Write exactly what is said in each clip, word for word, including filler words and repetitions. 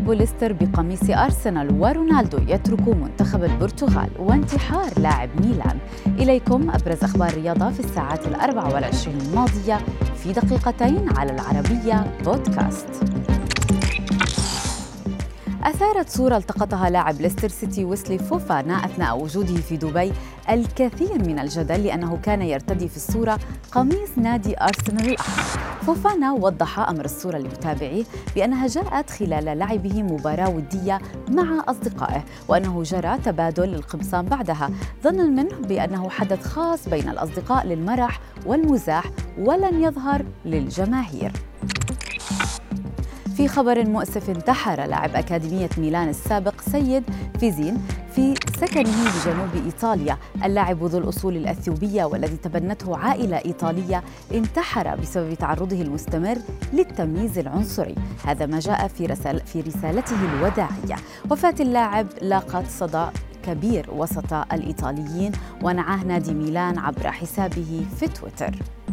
لاعب ليستر بقميص أرسنال، ورونالدو يترك منتخب البرتغال، وانتحار لاعب ميلان. إليكم أبرز أخبار الرياضة في الساعات الأربع والعشرين الماضية في دقيقتين على العربية بودكاست. أثارت صورة التقطها لاعب ليستر سيتي ويسلي فوفانا أثناء وجوده في دبي الكثير من الجدل، لأنه كان يرتدي في الصورة قميص نادي أرسنال الأحمر. فوفانا وضح أمر الصورة لمتابعيه بأنها جاءت خلال لعبه مباراة ودية مع أصدقائه، وأنه جرى تبادل القمصان بعدها، ظناً منه بأنه حدث خاص بين الأصدقاء للمرح والمزاح ولن يظهر للجماهير. في خبر مؤسف، انتحر لاعب أكاديمية ميلان السابق سيد فيزين في سكنه بجنوب إيطاليا. اللاعب ذو الأصول الأثيوبية والذي تبنته عائلة إيطالية انتحر بسبب تعرضه المستمر للتمييز العنصري. هذا ما جاء في, رسال في رسالته الوداعية. وفاة اللاعب لاقت صدى كبير وسط الإيطاليين، ونعاه نادي ميلان عبر حسابه في تويتر.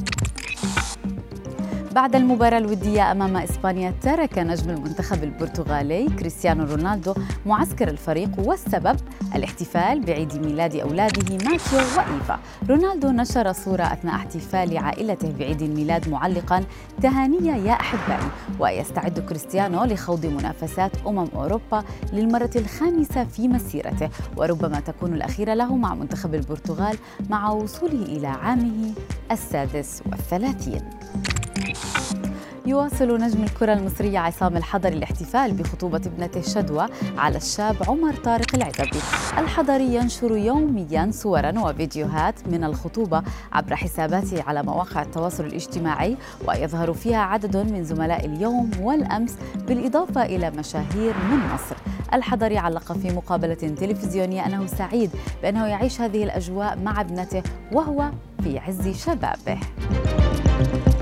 بعد المباراة الودية أمام إسبانيا، ترك نجم المنتخب البرتغالي كريستيانو رونالدو معسكر الفريق، والسبب الاحتفال بعيد ميلاد أولاده ماتيو وإيفا. رونالدو نشر صورة أثناء احتفال عائلته بعيد الميلاد معلقاً: تهانية يا أحبائي. ويستعد كريستيانو لخوض منافسات أمم أوروبا للمرة الخامسة في مسيرته، وربما تكون الأخيرة له مع منتخب البرتغال مع وصوله إلى عامه السادس والثلاثين. يواصل نجم الكرة المصرية عصام الحضري الاحتفال بخطوبة ابنته شدوى على الشاب عمر طارق العزبي. الحضري ينشر يومياً صوراً وفيديوهات من الخطوبة عبر حساباته على مواقع التواصل الاجتماعي، ويظهر فيها عدد من زملاء اليوم والأمس بالإضافة إلى مشاهير من مصر. الحضري علق في مقابلة تلفزيونية أنه سعيد بأنه يعيش هذه الأجواء مع ابنته وهو في عز شبابه.